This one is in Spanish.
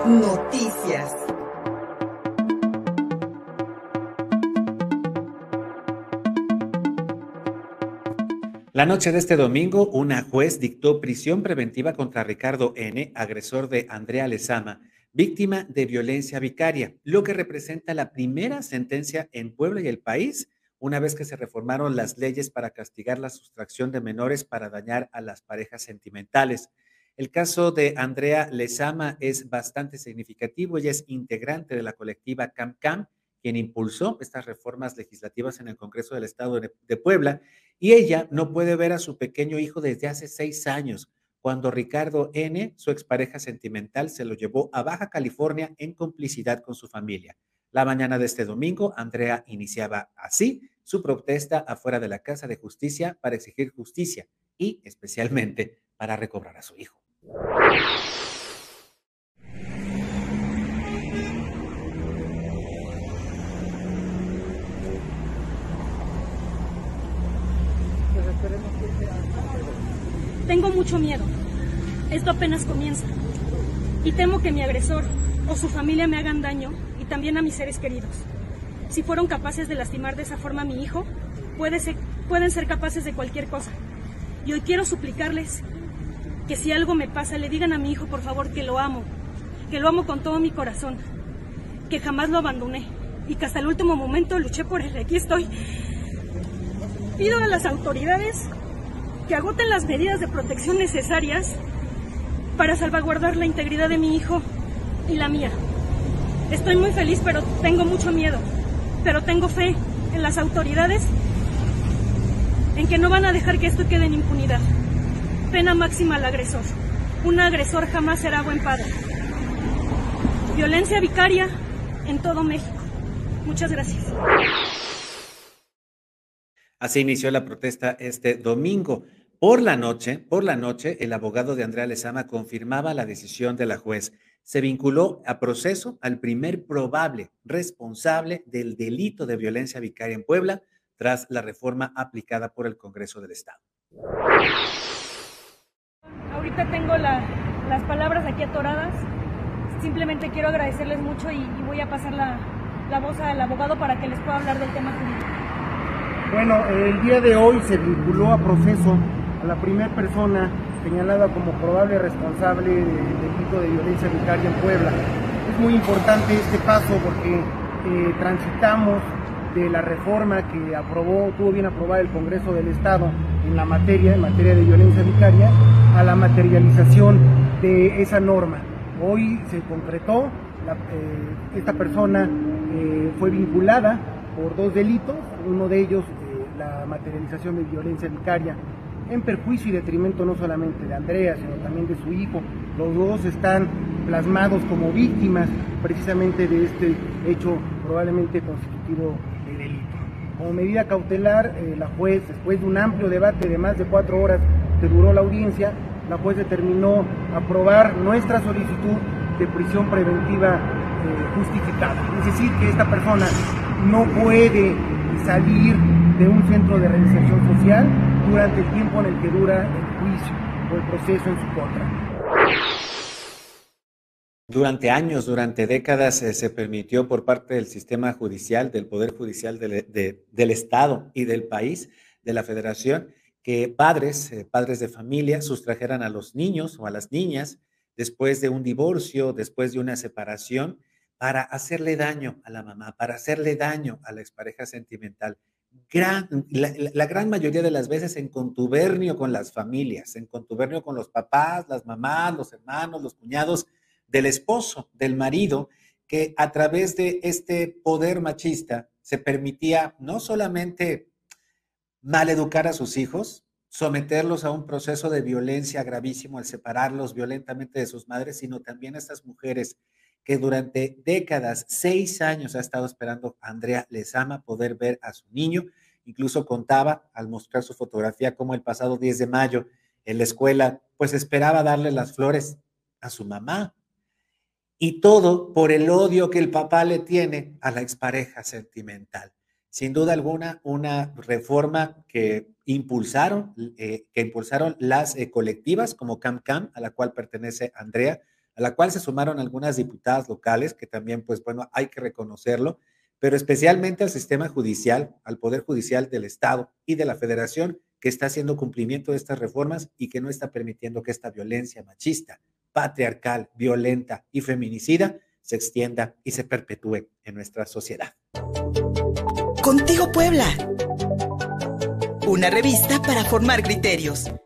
Noticias. La noche de este domingo, una juez dictó prisión preventiva contra Ricardo N., agresor de Andrea Lezama, víctima de violencia vicaria, lo que representa la primera sentencia en Puebla y el país, una vez que se reformaron las leyes para castigar la sustracción de menores para dañar a las parejas sentimentales. El caso de Andrea Lezama es bastante significativo. Ella es integrante de la colectiva CamCam, quien impulsó estas reformas legislativas en el Congreso del Estado de Puebla, y ella no puede ver a su pequeño hijo desde hace 6 años, cuando Ricardo N., su expareja sentimental, se lo llevó a Baja California en complicidad con su familia. La mañana de este domingo, Andrea iniciaba así su protesta afuera de la Casa de Justicia para exigir justicia y especialmente para recobrar a su hijo. Tengo mucho miedo. Esto apenas comienza. Y temo que mi agresor o su familia me hagan daño y también a mis seres queridos. Si fueron capaces de lastimar de esa forma a mi hijo, pueden ser capaces de cualquier cosa. Y hoy quiero suplicarles que si algo me pasa, le digan a mi hijo, por favor, que lo amo con todo mi corazón, que jamás lo abandoné y que hasta el último momento luché por él. Aquí estoy. Pido a las autoridades que agoten las medidas de protección necesarias para salvaguardar la integridad de mi hijo y la mía. Estoy muy feliz, pero tengo mucho miedo. Pero tengo fe en las autoridades, en que no van a dejar que esto quede en impunidad. Pena máxima al agresor. Un agresor jamás será buen padre. Violencia vicaria en todo México. Muchas gracias. Así inició la protesta este domingo. Por la noche, el abogado de Andrea Lezama confirmaba la decisión de la juez. Se vinculó a proceso al primer probable responsable del delito de violencia vicaria en Puebla, tras la reforma aplicada por el Congreso del Estado. Ahorita tengo las palabras aquí atoradas. Simplemente quiero agradecerles mucho y voy a pasar la voz al abogado para que les pueda hablar del tema jurídico. Bueno, el día de hoy se vinculó a proceso a la primera persona señalada como probable responsable del delito de violencia vicaria en Puebla. Es muy importante este paso porque transitamos de la reforma que tuvo bien aprobada el Congreso del Estado en materia de violencia vicaria, a la materialización de esa norma. Hoy se concretó, esta persona fue vinculada por 2 delitos, uno de ellos la materialización de violencia vicaria en perjuicio y detrimento no solamente de Andrea, sino también de su hijo. Los dos están plasmados como víctimas precisamente de este hecho probablemente constitutivo de delito. Como medida cautelar, la juez, después de un amplio debate de más de 4 horas que duró la audiencia, la juez determinó aprobar nuestra solicitud de prisión preventiva justificada. Es decir, que esta persona no puede salir de un centro de reinserción social durante el tiempo en el que dura el juicio o el proceso en su contra. Durante años, durante décadas, se permitió por parte del sistema judicial, del Poder Judicial del Estado y del país, de la Federación, que padres de familia sustrajeran a los niños o a las niñas después de un divorcio, después de una separación, para hacerle daño a la mamá, para hacerle daño a la expareja sentimental. La gran mayoría de las veces en contubernio con las familias, en contubernio con los papás, las mamás, los hermanos, los cuñados del esposo, del marido, que a través de este poder machista se permitía no solamente maleducar a sus hijos, someterlos a un proceso de violencia gravísimo al separarlos violentamente de sus madres, sino también a estas mujeres que durante décadas, 6 años, ha estado esperando a Andrea Lezama poder ver a su niño. Incluso contaba, al mostrar su fotografía, como el pasado 10 de mayo en la escuela, pues esperaba darle las flores a su mamá. Y todo por el odio que el papá le tiene a la expareja sentimental. Sin duda alguna, una reforma que impulsaron las colectivas como CamCam, a la cual pertenece Andrea, a la cual se sumaron algunas diputadas locales, que también, pues bueno, hay que reconocerlo, pero especialmente al sistema judicial, al Poder Judicial del Estado y de la Federación, que está haciendo cumplimiento de estas reformas y que no está permitiendo que esta violencia machista, patriarcal, violenta y feminicida se extienda y se perpetúe en nuestra sociedad. Contigo Puebla, una revista para formar criterios.